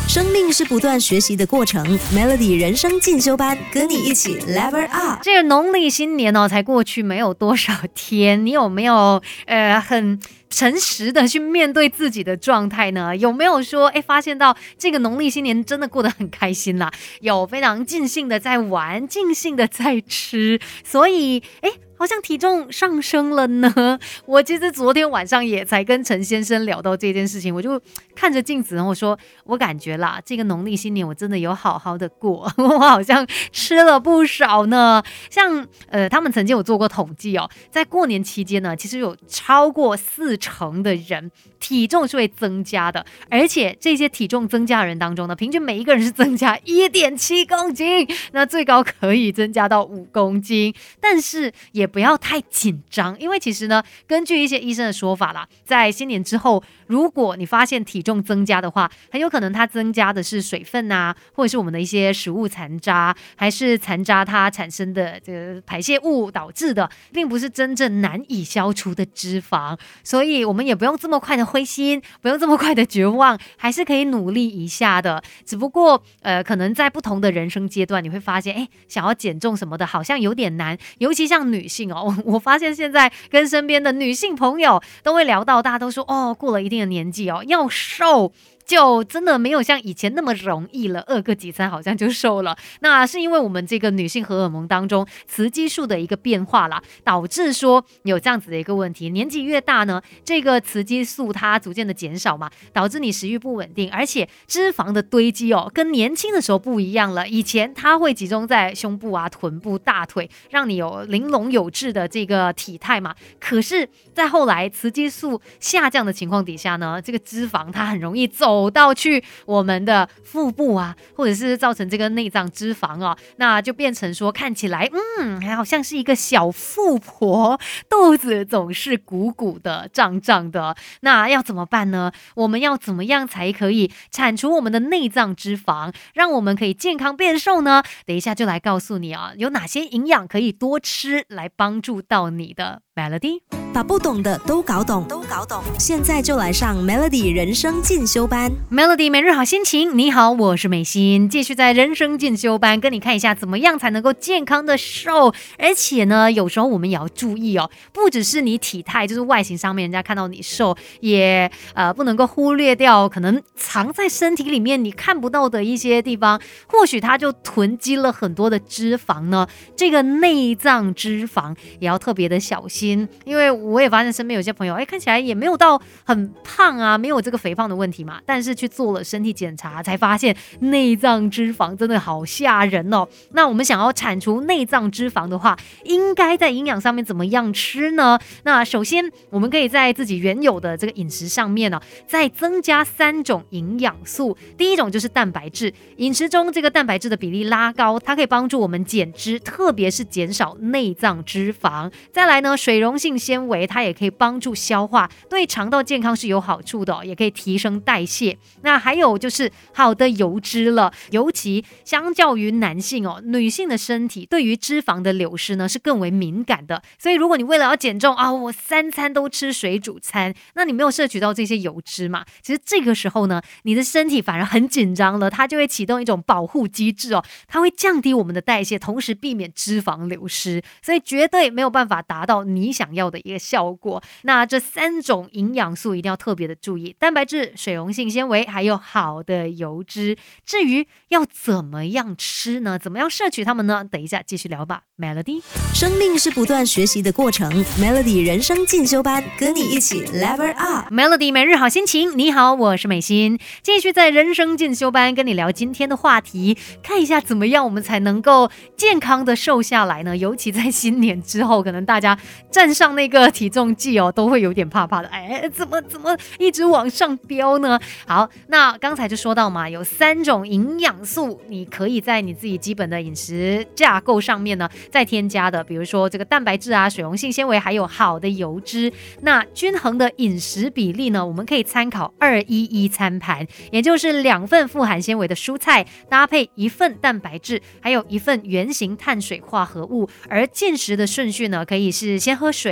生命是不断学习的过程 ，Melody 人生进修班跟你一起 Level Up。 这个农历新年才过去没有多少天，你有没有很诚实的去面对自己的状态呢？有没有说发现到这个农历新年真的过得很开心啦？有非常尽兴的在玩，尽兴的在吃，所以好像体重上升了呢。我其实昨天晚上也才跟陈先生聊到这件事情，我就看着镜子，然后说我感觉啦，这个农历新年我真的有好好的过，我好像吃了不少呢。像他们曾经有做过统计在过年期间呢，其实有超过40%的人体重是会增加的，而且这些体重增加的人当中呢，平均每一个人是增加 1.7 公斤，那最高可以增加到5公斤，但是也不要太紧张，因为其实呢，根据一些医生的说法啦，在新年之后，如果你发现体重增加的话，很有可能它增加的是水分啊，或者是我们的一些食物残渣，还是残渣它产生的这个排泄物导致的，并不是真正难以消除的脂肪，所以我们也不用这么快的灰心，不用这么快的绝望，还是可以努力一下的。只不过可能在不同的人生阶段，你会发现想要减重什么的好像有点难，尤其像女性我发现现在跟身边的女性朋友都会聊到，大家都说过了一定的年纪要瘦就真的没有像以前那么容易了，饿个几餐好像就瘦了。那是因为我们这个女性荷尔蒙当中雌激素的一个变化啦，导致说有这样子的一个问题。年纪越大呢，这个雌激素它逐渐的减少嘛，导致你食欲不稳定，而且脂肪的堆积跟年轻的时候不一样了。以前它会集中在胸部啊、臀部、大腿，让你有玲珑有致的这个体态嘛。可是在后来雌激素下降的情况底下呢，这个脂肪它很容易走到去我们的腹部啊，或者是造成这个内脏脂肪那就变成说看起来还好像是一个小富婆，肚子总是鼓鼓的、胀胀的。那要怎么办呢？我们要怎么样才可以铲除我们的内脏脂肪，让我们可以健康变瘦呢？等一下就来告诉你有哪些营养可以多吃来帮助到你的。Melody 把不懂的都搞懂，现在就来上 Melody 人生进修班。 Melody 每日好心情，你好，我是美心，继续在人生进修班跟你看一下怎么样才能够健康的瘦。而且呢，有时候我们也要注意不只是你体态，就是外形上面人家看到你瘦，也不能够忽略掉可能藏在身体里面你看不到的一些地方，或许它就囤积了很多的脂肪呢。这个内脏脂肪也要特别的小心，因为我也发现身边有些朋友看起来也没有到很胖啊，没有这个肥胖的问题嘛，但是去做了身体检查才发现内脏脂肪真的好吓人那我们想要铲除内脏脂肪的话，应该在营养上面怎么样吃呢？那首先我们可以在自己原有的这个饮食上面再增加3种营养素。第一种就是蛋白质，饮食中这个蛋白质的比例拉高，它可以帮助我们减脂，特别是减少内脏脂肪。再来呢，水溶性纤维它也可以帮助消化，对肠道健康是有好处的也可以提升代谢。那还有就是好的油脂了，尤其相较于男性女性的身体对于脂肪的流失呢是更为敏感的。所以如果你为了要减重我3餐都吃水煮餐，那你没有摄取到这些油脂嘛，其实这个时候呢，你的身体反而很紧张了，它就会启动一种保护机制它会降低我们的代谢，同时避免脂肪流失，所以绝对没有办法达到你想要的一个效果。那这3种营养素一定要特别的注意，蛋白质、水溶性纤维还有好的油脂。至于要怎么样吃呢？怎么样摄取它们呢？等一下继续聊吧。 Melody 生命是不断学习的过程 Melody 人生进修班跟你一起 Level Up。 Melody 每日好心情，你好，我是美心，继续在人生进修班跟你聊今天的话题，看一下怎么样我们才能够健康的瘦下来呢？尤其在新年之后，可能大家站上那个体重计都会有点怕怕的，怎么一直往上飙呢？好，那刚才就说到嘛，有3种营养素你可以在你自己基本的饮食架构上面呢再添加的，比如说这个蛋白质啊、水溶性纤维还有好的油脂。那均衡的饮食比例呢，我们可以参考211餐盘，也就是2份富含纤维的蔬菜搭配1份蛋白质，还有1份原型碳水化合物。而进食的顺序呢，可以是先喝水，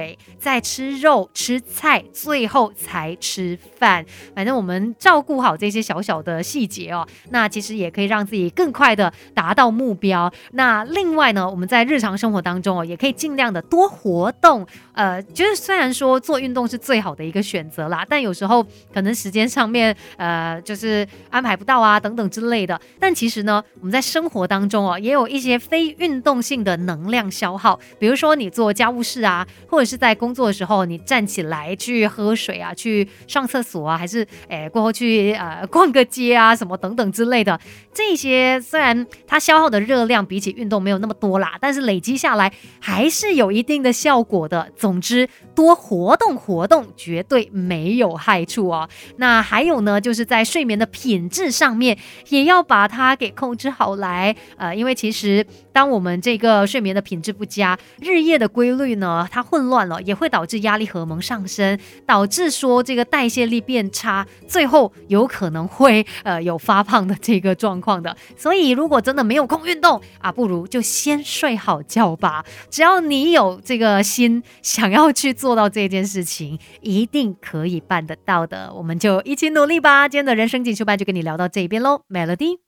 再吃肉吃菜，最后才吃饭。反正我们照顾好这些小小的细节哦，那其实也可以让自己更快的达到目标。那另外呢，我们在日常生活当中哦，也可以尽量的多活动。就是虽然说做运动是最好的一个选择啦，但有时候可能时间上面就是安排不到啊等等之类的。但其实呢，我们在生活当中哦，也有一些非运动性的能量消耗，比如说你做家务事啊，或者是在工作的时候你站起来去喝水啊，去上厕所啊，还是过后去逛个街啊什么等等之类的。这些虽然它消耗的热量比起运动没有那么多啦，但是累积下来还是有一定的效果的。总之，多活动活动绝对没有害处哦。那还有呢，就是在睡眠的品质上面，也要把它给控制好来。因为其实当我们这个睡眠的品质不佳，日夜的规律呢，它混乱了，也会导致压力荷尔蒙上升，导致说这个代谢力变差，最后有可能会有发胖的这个状况的。所以如果真的没有空运动啊，不如就先睡好觉吧。只要你有这个心想要去做到这件事情，一定可以办得到的。我们就一起努力吧。今天的人生进修班就跟你聊到这边咯 Melody。